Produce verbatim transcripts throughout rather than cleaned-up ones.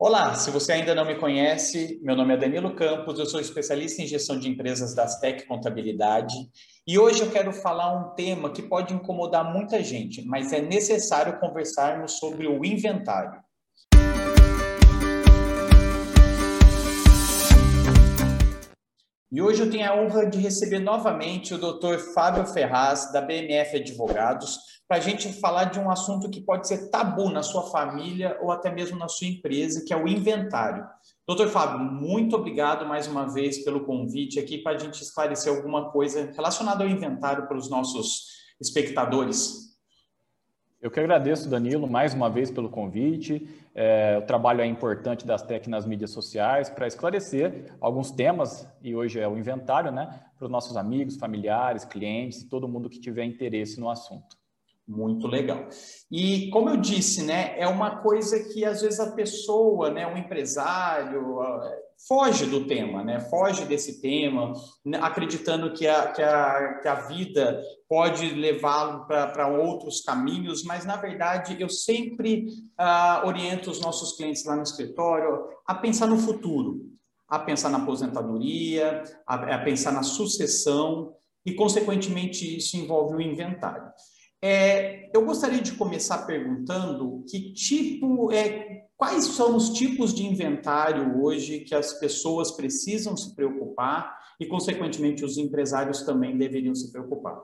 Olá, se você ainda não me conhece, meu nome é Danilo Campos, eu sou especialista em gestão de empresas da Astec Contabilidade e hoje eu quero falar um tema que pode incomodar muita gente, mas é necessário conversarmos sobre o inventário. E hoje eu tenho a honra de receber novamente o doutor Fábio Ferraz, da B M F Advogados, para a gente falar de um assunto que pode ser tabu na sua família ou até mesmo na sua empresa, que é o inventário. doutor Fábio, muito obrigado mais uma vez pelo convite aqui para a gente esclarecer alguma coisa relacionada ao inventário para os nossos espectadores. Eu que agradeço, Danilo, mais uma vez pelo convite. É, o trabalho é importante da Astec nas mídias sociais para esclarecer alguns temas, e hoje é o inventário, né, para os nossos amigos, familiares, clientes e todo mundo que tiver interesse no assunto. Muito legal. E como eu disse, né, é uma coisa que às vezes a pessoa, né, um empresário, foge do tema, né, foge desse tema, acreditando que a, que a, que a vida pode levá-lo para outros caminhos, mas na verdade eu sempre ah, oriento os nossos clientes lá no escritório a pensar no futuro, a pensar na aposentadoria, a, a pensar na sucessão e, consequentemente, isso envolve o inventário. É, eu gostaria de começar perguntando que tipo, é, quais são os tipos de inventário hoje que as pessoas precisam se preocupar e, consequentemente, os empresários também deveriam se preocupar.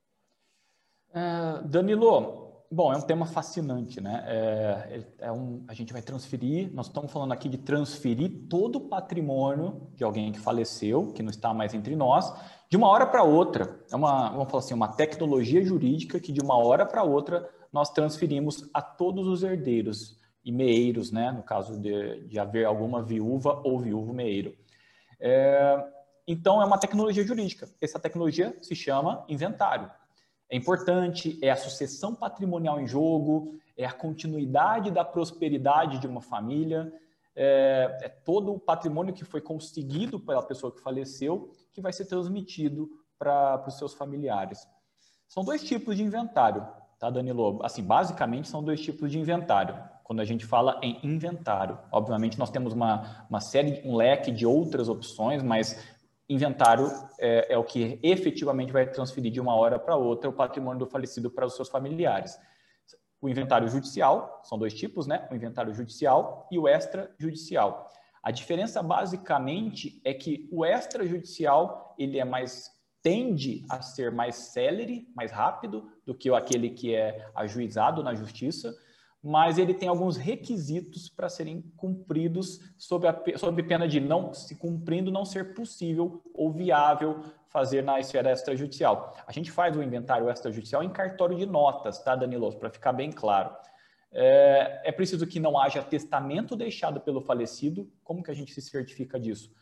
Uh, Danilo, bom, é um tema fascinante, né? É, é um, a gente vai transferir, nós estamos falando aqui de transferir todo o patrimônio de alguém que faleceu, que não está mais entre nós, de uma hora para outra. É uma, vamos falar assim, uma tecnologia jurídica que de uma hora para outra nós transferimos a todos os herdeiros e meeiros, né? No caso de, de haver alguma viúva ou viúvo meeiro. É, então, é uma tecnologia jurídica. Essa tecnologia se chama inventário. É importante, é a sucessão patrimonial em jogo, é a continuidade da prosperidade de uma família, é, é todo o patrimônio que foi conseguido pela pessoa que faleceu que vai ser transmitido para os seus familiares. São dois tipos de inventário, tá, Danilo? Assim, basicamente são dois tipos de inventário, quando a gente fala em inventário. Obviamente nós temos uma, uma série, um leque de outras opções, mas inventário é, é o que efetivamente vai transferir de uma hora para outra o patrimônio do falecido para os seus familiares. O inventário judicial, são dois tipos, né? O inventário judicial e o extrajudicial. A diferença basicamente é que o extrajudicial ele é mais, tende a ser mais célere, mais rápido do que aquele que é ajuizado na justiça, mas ele tem alguns requisitos para serem cumpridos sob, a, sob pena de, não se cumprindo, não ser possível ou viável fazer na esfera extrajudicial. A gente faz o inventário extrajudicial em cartório de notas, tá, Danilo? Para ficar bem claro. É, é preciso que não haja testamento deixado pelo falecido. Como que a gente se certifica disso?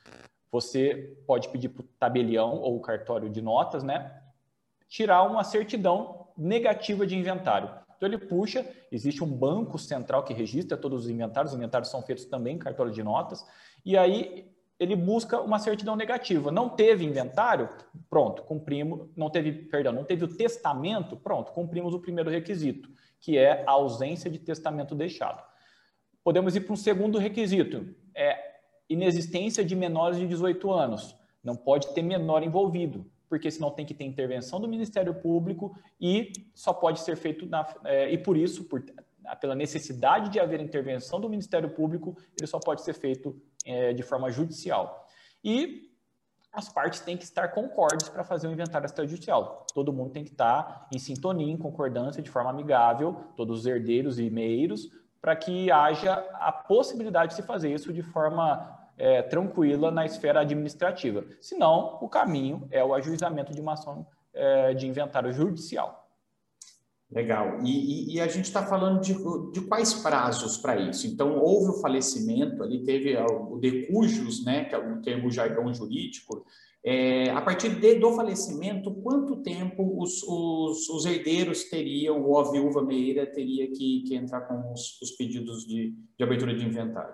Você pode pedir para o tabelião ou o cartório de notas, né, tirar uma certidão negativa de inventário. Então ele puxa, existe um banco central que registra todos os inventários, os inventários são feitos também em cartório de notas, e aí ele busca uma certidão negativa. Não teve inventário? Pronto, cumprimos, não teve, perdão, não teve o testamento? Pronto, cumprimos o primeiro requisito, que é a ausência de testamento deixado. Podemos ir para um segundo requisito, é inexistência de menores de dezoito anos. Não pode ter menor envolvido, porque senão tem que ter intervenção do Ministério Público e só pode ser feito, na, é, e por isso, por, pela necessidade de haver intervenção do Ministério Público, ele só pode ser feito é, de forma judicial. E as partes têm que estar concordes para fazer o inventário extrajudicial. Todo mundo tem que estar em sintonia, em concordância, de forma amigável, todos os herdeiros e meeiros, para que haja a possibilidade de se fazer isso de forma É, tranquila na esfera administrativa. Senão, o caminho é o ajuizamento de uma ação é, de inventário judicial. Legal. E, e, e a gente está falando de, de quais prazos para isso? Então, houve o falecimento, ali teve o de cujos, né, que é o termo jargão jurídico. É, a partir de, do falecimento, quanto tempo os, os, os herdeiros teriam, ou a viúva meeira teria que, que entrar com os, os pedidos de, de abertura de inventário?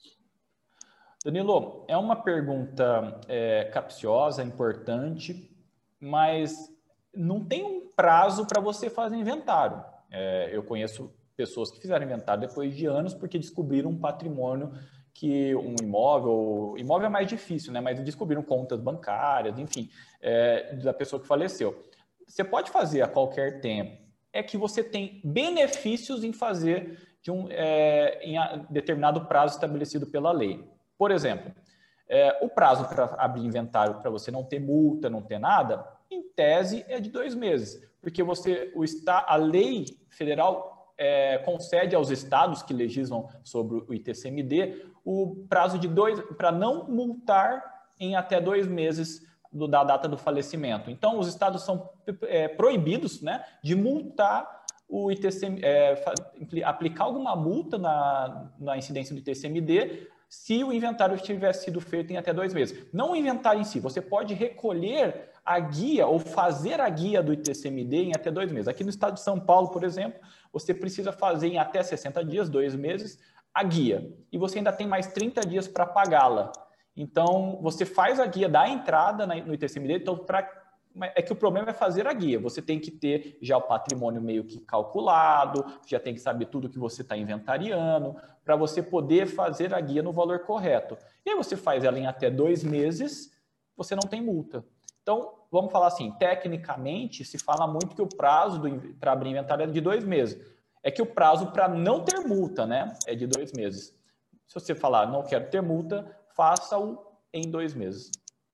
Danilo, é uma pergunta é, capciosa, importante, mas não tem um prazo para você fazer inventário. É, eu conheço pessoas que fizeram inventário depois de anos porque descobriram um patrimônio que um imóvel, imóvel é mais difícil, né? Mas descobriram contas bancárias, enfim, é, da pessoa que faleceu. Você pode fazer a qualquer tempo, é que você tem benefícios em fazer de um, é, em determinado prazo estabelecido pela lei. Por exemplo, é, o prazo para abrir inventário para você não ter multa, não ter nada, em tese é de dois meses, porque você, o, a lei federal é, concede aos estados que legislam sobre o I T C M D o prazo de dois, para não multar em até dois meses do, da data do falecimento. Então, os estados são é, proibidos, né, de multar o I T C M D, é, aplicar alguma multa na, na incidência do I T C M D se o inventário tivesse sido feito em até dois meses. Não o inventário em si, você pode recolher a guia ou fazer a guia do I T C M D em até dois meses. Aqui no estado de São Paulo, por exemplo, você precisa fazer em até sessenta dias, dois meses, a guia. E você ainda tem mais trinta dias para pagá-la. Então, você faz a guia da entrada no I T C M D, então, pra, é que o problema é fazer a guia. Você tem que ter já o patrimônio meio que calculado, já tem que saber tudo que você está inventariando, para você poder fazer a guia no valor correto. E aí você faz ela em até dois meses, você não tem multa. Então, vamos falar assim, tecnicamente, se fala muito que o prazo para abrir inventário é de dois meses. É que o prazo para não ter multa, né, é de dois meses. Se você falar, não quero ter multa, faça-o em dois meses.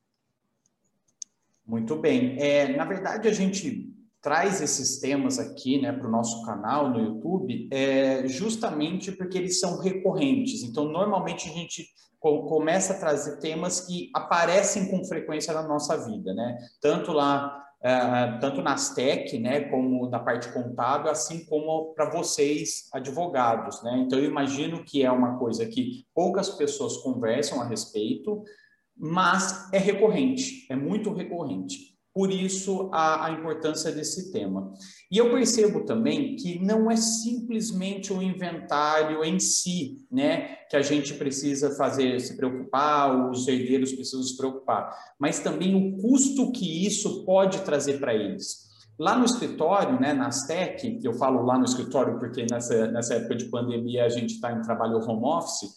Muito bem. É, na verdade, a gente traz esses temas aqui, né, para o nosso canal no YouTube, é, justamente porque eles são recorrentes. Então, normalmente, a gente começa a trazer temas que aparecem com frequência na nossa vida, né? Tanto lá, uh, tanto na Astec, né, como na parte contábil, assim como para vocês, advogados, né? Então, eu imagino que é uma coisa que poucas pessoas conversam a respeito, mas é recorrente, é muito recorrente. Por isso, a, a importância desse tema. E eu percebo também que não é simplesmente o inventário em si, né, que a gente precisa fazer, se preocupar, os herdeiros precisam se preocupar, mas também o custo que isso pode trazer para eles. Lá no escritório, né, na Astec, eu falo lá no escritório porque nessa, nessa época de pandemia a gente está em trabalho home office,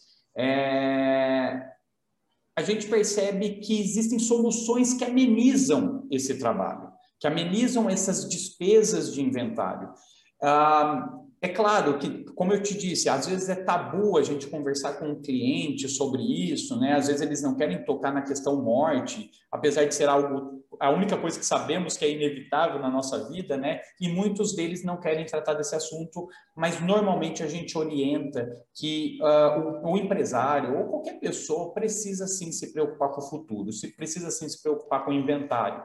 é... a gente percebe que existem soluções que amenizam esse trabalho, que amenizam essas despesas de inventário. Ah, é claro que, como eu te disse, às vezes é tabu a gente conversar com um cliente sobre isso, né? Às vezes eles não querem tocar na questão morte, apesar de ser algo, a única coisa que sabemos que é inevitável na nossa vida, né? E muitos deles não querem tratar desse assunto, mas normalmente a gente orienta que uh, o, o empresário ou qualquer pessoa precisa sim se preocupar com o futuro, se precisa sim se preocupar com o inventário.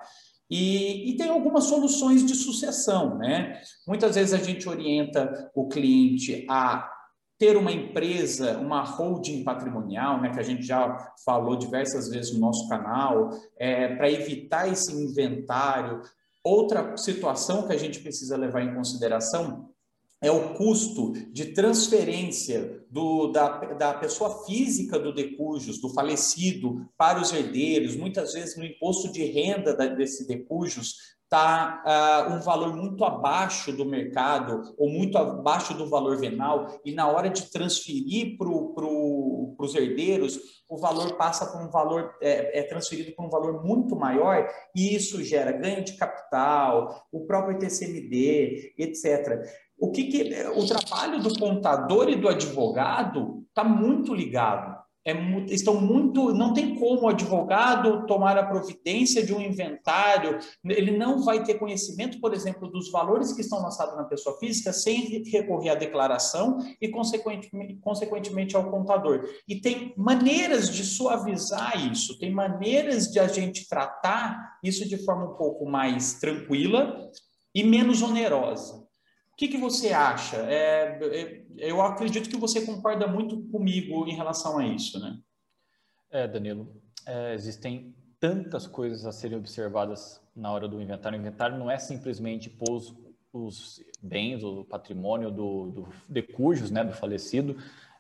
E, e tem algumas soluções de sucessão, né? Muitas vezes a gente orienta o cliente a ter uma empresa, uma holding patrimonial, né, que a gente já falou diversas vezes no nosso canal, é, para evitar esse inventário. Outra situação que a gente precisa levar em consideração é o custo de transferência do, da, da pessoa física do decujus, do falecido, para os herdeiros. Muitas vezes no imposto de renda da, desse decujus está uh, um valor muito abaixo do mercado ou muito abaixo do valor venal, e na hora de transferir para pro, os herdeiros, o valor passa por um valor, é, é transferido por um valor muito maior, e isso gera ganho de capital, o próprio I T C M D, etcétera. O que, que o trabalho do contador e do advogado está muito ligado. É, estão muito, não tem como o advogado tomar a providência de um inventário, ele não vai ter conhecimento, por exemplo, dos valores que estão lançados na pessoa física sem recorrer à declaração e, consequentemente, consequentemente ao contador. E tem maneiras de suavizar isso, tem maneiras de a gente tratar isso de forma um pouco mais tranquila e menos onerosa. O que, que você acha? É, eu acredito que você concorda muito comigo em relação a isso, né? É, Danilo, é, existem tantas coisas a serem observadas na hora do inventário. O inventário não é simplesmente pôr os, os bens, o patrimônio do, do decujus, né, do falecido,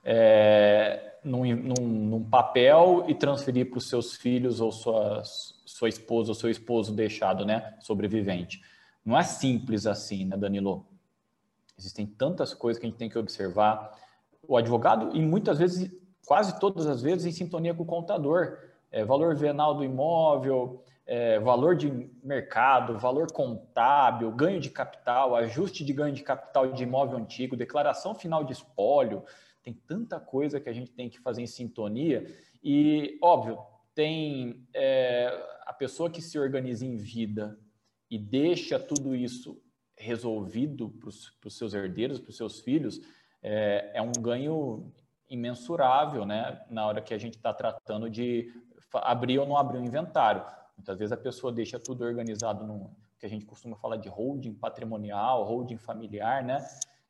é, num, num, num papel e transferir para os seus filhos ou sua, sua esposa ou seu esposo deixado, né, sobrevivente. Não é simples assim, né, Danilo? Existem tantas coisas que a gente tem que observar. O advogado, e muitas vezes, quase todas as vezes, em sintonia com o contador. É, valor venal do imóvel, é, valor de mercado, valor contábil, ganho de capital, ajuste de ganho de capital de imóvel antigo, declaração final de espólio. Tem tanta coisa que a gente tem que fazer em sintonia. E, óbvio, tem é, a pessoa que se organiza em vida e deixa tudo isso resolvido para os seus herdeiros, para os seus filhos, é, é um ganho imensurável, né? Na hora que a gente está tratando de abrir ou não abrir um inventário. Muitas vezes a pessoa deixa tudo organizado no que a gente costuma falar de holding patrimonial, holding familiar, né?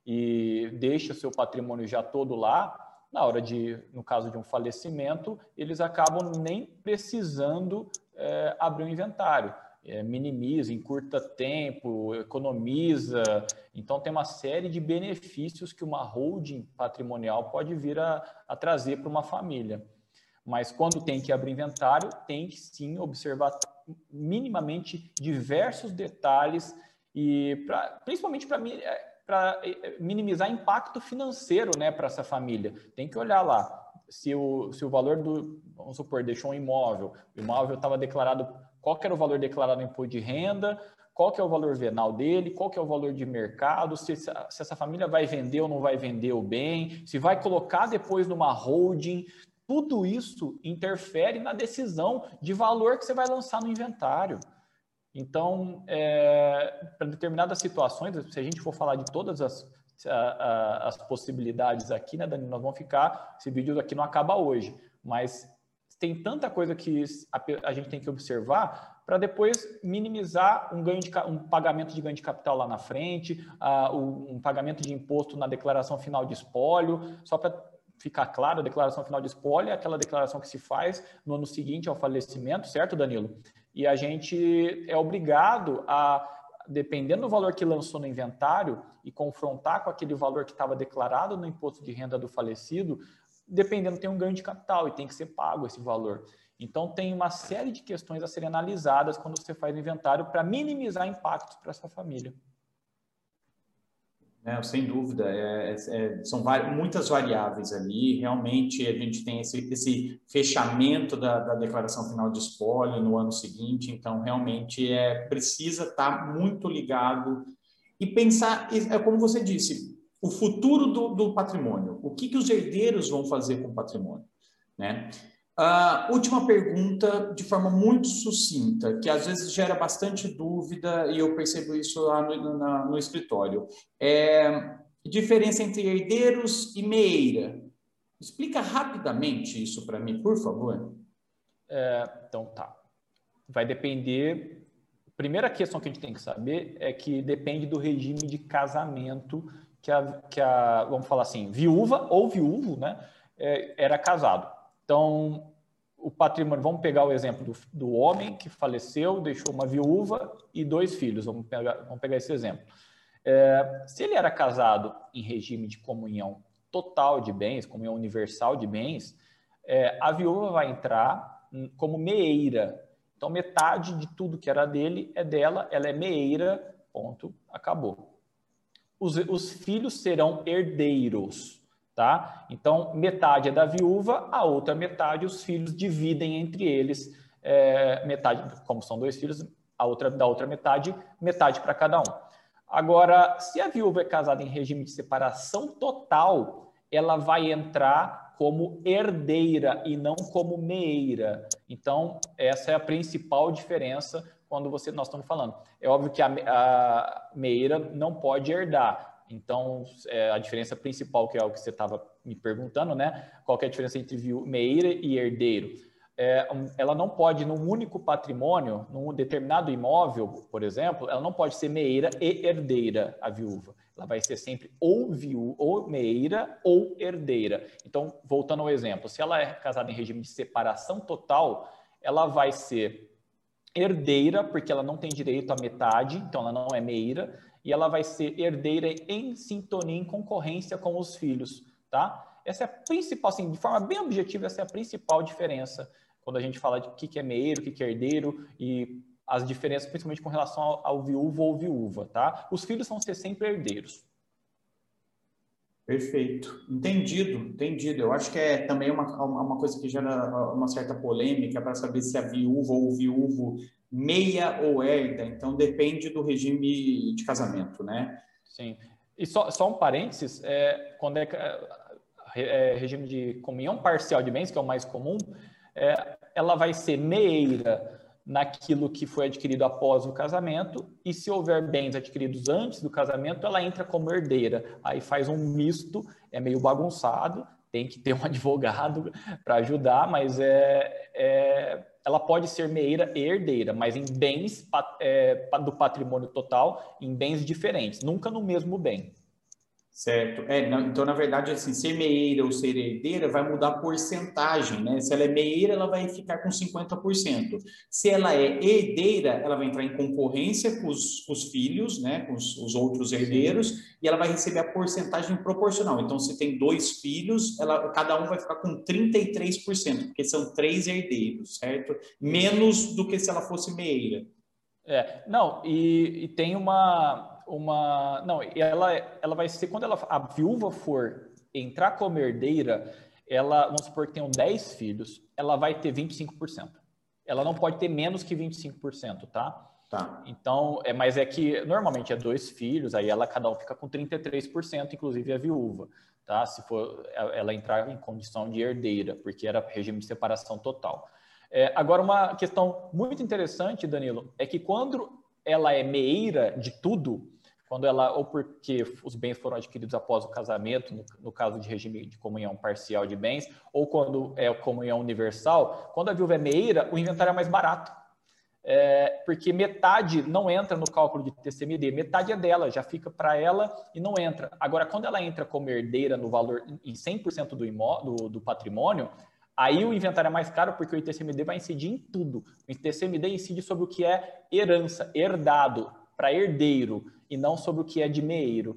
E deixa seu patrimônio já todo lá. Na hora de, no caso de um falecimento, eles acabam nem precisando é, abrir um inventário. É, minimiza, encurta tempo, economiza. Então, tem uma série de benefícios que uma holding patrimonial pode vir a, a trazer para uma família. Mas, quando tem que abrir inventário, tem que sim observar minimamente diversos detalhes, e pra, principalmente para para minimizar impacto financeiro, né, para essa família. Tem que olhar lá, se o, se o valor do, vamos supor, deixou um imóvel, o imóvel estava declarado, qual que era o valor declarado no imposto de renda, qual que é o valor venal dele, qual que é o valor de mercado, se, se essa família vai vender ou não vai vender o bem, se vai colocar depois numa holding. Tudo isso interfere na decisão de valor que você vai lançar no inventário. Então, é, para determinadas situações, se a gente for falar de todas as, a, a, as possibilidades aqui, né, Dani, nós vamos ficar, esse vídeo aqui não acaba hoje, mas tem tanta coisa que a, a gente tem que observar para depois minimizar um, ganho de, um pagamento de ganho de capital lá na frente, uh, um pagamento de imposto na declaração final de espólio. Só para ficar claro, a declaração final de espólio é aquela declaração que se faz no ano seguinte ao falecimento, certo, Danilo? E a gente é obrigado a, dependendo do valor que lançou no inventário e confrontar com aquele valor que estava declarado no imposto de renda do falecido, dependendo, tem um ganho de capital e tem que ser pago esse valor. Então, tem uma série de questões a serem analisadas quando você faz o inventário para minimizar impactos para essa família. É, sem dúvida, é, é, são muitas variáveis ali. Realmente, a gente tem esse, esse fechamento da, da declaração final de espólio no ano seguinte. Então, realmente, é, precisa estar muito ligado e pensar, é como você disse, o futuro do, do patrimônio. O que, que os herdeiros vão fazer com o patrimônio, né? Uh, última pergunta, de forma muito sucinta, que às vezes gera bastante dúvida e eu percebo isso lá no, na, no escritório. É, diferença entre herdeiros e meeira. Explica rapidamente isso para mim, por favor. É, então, tá. Vai depender... A primeira questão que a gente tem que saber é que depende do regime de casamento que a, que a vamos falar assim, viúva ou viúvo, né, é, era casado. Então, o patrimônio, vamos pegar o exemplo do, do homem que faleceu, deixou uma viúva e dois filhos, vamos pegar, vamos pegar esse exemplo. É, se ele era casado em regime de comunhão total de bens, comunhão universal de bens, é, a viúva vai entrar como meeira. Então, metade de tudo que era dele é dela, ela é meeira, ponto, acabou. Os, os filhos serão herdeiros. Tá? Então, metade é da viúva, a outra metade os filhos dividem entre eles, é, metade, como são dois filhos, a outra da outra metade, metade para cada um. Agora, se a viúva é casada em regime de separação total, ela vai entrar como herdeira e não como meeira. Então, essa é a principal diferença quando você, nós estamos falando. É óbvio que a, a meeira não pode herdar. Então, é, a diferença principal, que é o que você estava me perguntando, né? Qual que é a diferença entre meeira e herdeiro? É, ela não pode, num único patrimônio, num determinado imóvel, por exemplo, ela não pode ser meeira e herdeira, a viúva. Ela vai ser sempre ou viúva, ou meeira ou herdeira. Então, voltando ao exemplo, se ela é casada em regime de separação total, ela vai ser herdeira, porque ela não tem direito à metade, então ela não é meeira, e ela vai ser herdeira em sintonia, em concorrência com os filhos, tá? Essa é a principal, assim, de forma bem objetiva, essa é a principal diferença quando a gente fala de o que é meeiro, o que é herdeiro e as diferenças, principalmente com relação ao, ao viúvo ou viúva, tá? Os filhos vão ser sempre herdeiros. Perfeito. Entendido, entendido. Eu acho que é também uma, uma coisa que gera uma certa polêmica para saber se a viúva ou o viúvo meia ou herda. Então, depende do regime de casamento, né? Sim. E só, só um parênteses, é, quando é, é regime de comunhão parcial de bens, que é o mais comum, é, ela vai ser meeira naquilo que foi adquirido após o casamento, e se houver bens adquiridos antes do casamento, ela entra como herdeira. Aí faz um misto, é meio bagunçado, tem que ter um advogado para ajudar, mas é, é, ela pode ser meeira e herdeira, mas em bens é, do patrimônio total, em bens diferentes, nunca no mesmo bem. Certo. É, não, então, na verdade, assim, ser meeira ou ser herdeira vai mudar a porcentagem, né? Se ela é meeira, ela vai ficar com cinquenta por cento. Se ela é herdeira, ela vai entrar em concorrência com os, com os filhos, né? Com os, os outros herdeiros, sim, e ela vai receber a porcentagem proporcional. Então, se tem dois filhos, ela, cada um vai ficar com trinta e três por cento, porque são três herdeiros, certo? Menos do que se ela fosse meeira. É, não, e, e tem uma... uma não, ela, ela vai ser, quando ela, a viúva for entrar como herdeira, ela, vamos supor que tenham dez filhos, ela vai ter vinte e cinco por cento. Ela não pode ter menos que vinte e cinco por cento, tá? Tá. Então, é, mas é que normalmente é dois filhos, aí ela cada um fica com trinta e três por cento, inclusive a viúva, tá? Se for ela entrar em condição de herdeira, porque era regime de separação total. É, agora, uma questão muito interessante, Danilo, é que quando ela é meeira de tudo, quando ela, ou porque os bens foram adquiridos após o casamento, no, no caso de regime de comunhão parcial de bens, ou quando é comunhão universal, quando a viúva é meeira, o inventário é mais barato. É, porque metade não entra no cálculo de T C M D, metade é dela, já fica para ela e não entra. Agora, quando ela entra como herdeira no valor em cem por cento do, imó, do, do patrimônio, aí o inventário é mais caro porque o I T C M D vai incidir em tudo. O I T C M D incide sobre o que é herança, herdado, para herdeiro, e não sobre o que é de meeiro.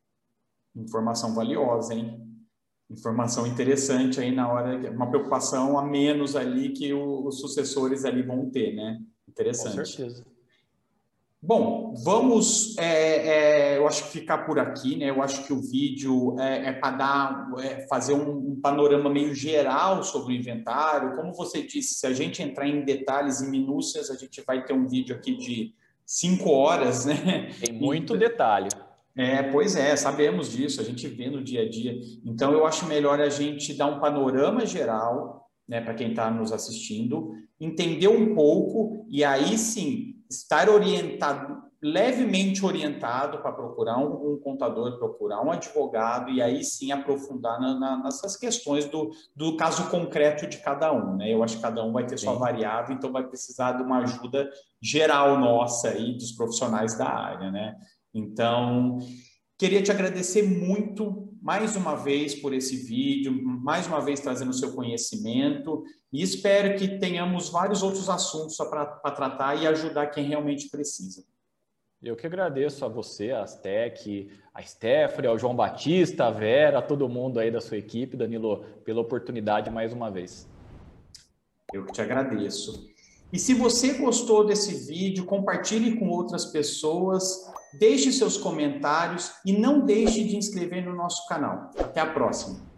Informação valiosa, hein? Informação interessante aí na hora, uma preocupação a menos ali que o, os sucessores ali vão ter, né? Interessante. Com certeza. Bom, vamos, é, é, eu acho que ficar por aqui, né? Eu acho que o vídeo é, é para dar, é, fazer um, um panorama meio geral sobre o inventário. Como você disse, se a gente entrar em detalhes e minúcias, a gente vai ter um vídeo aqui de cinco horas, né? Tem muito e, detalhe. É, pois é, sabemos disso, a gente vê no dia a dia. Então, eu acho melhor a gente dar um panorama geral, né, para quem está nos assistindo, entender um pouco e aí sim estar orientado, levemente orientado para procurar um, um contador, procurar um advogado e aí sim aprofundar na, na, nessas questões do, do caso concreto de cada um, né? Eu acho que cada um vai ter sim. sua variável, então vai precisar de uma ajuda geral nossa aí, dos profissionais da área, né? Então, queria te agradecer muito, mais uma vez, por esse vídeo, mais uma vez trazendo o seu conhecimento e espero que tenhamos vários outros assuntos para tratar e ajudar quem realmente precisa. Eu que agradeço a você, a Astec, a Stephanie, ao João Batista, a Vera, a todo mundo aí da sua equipe, Danilo, pela oportunidade mais uma vez. Eu que te agradeço. E se você gostou desse vídeo, compartilhe com outras pessoas, deixe seus comentários e não deixe de inscrever no nosso canal. Até a próxima!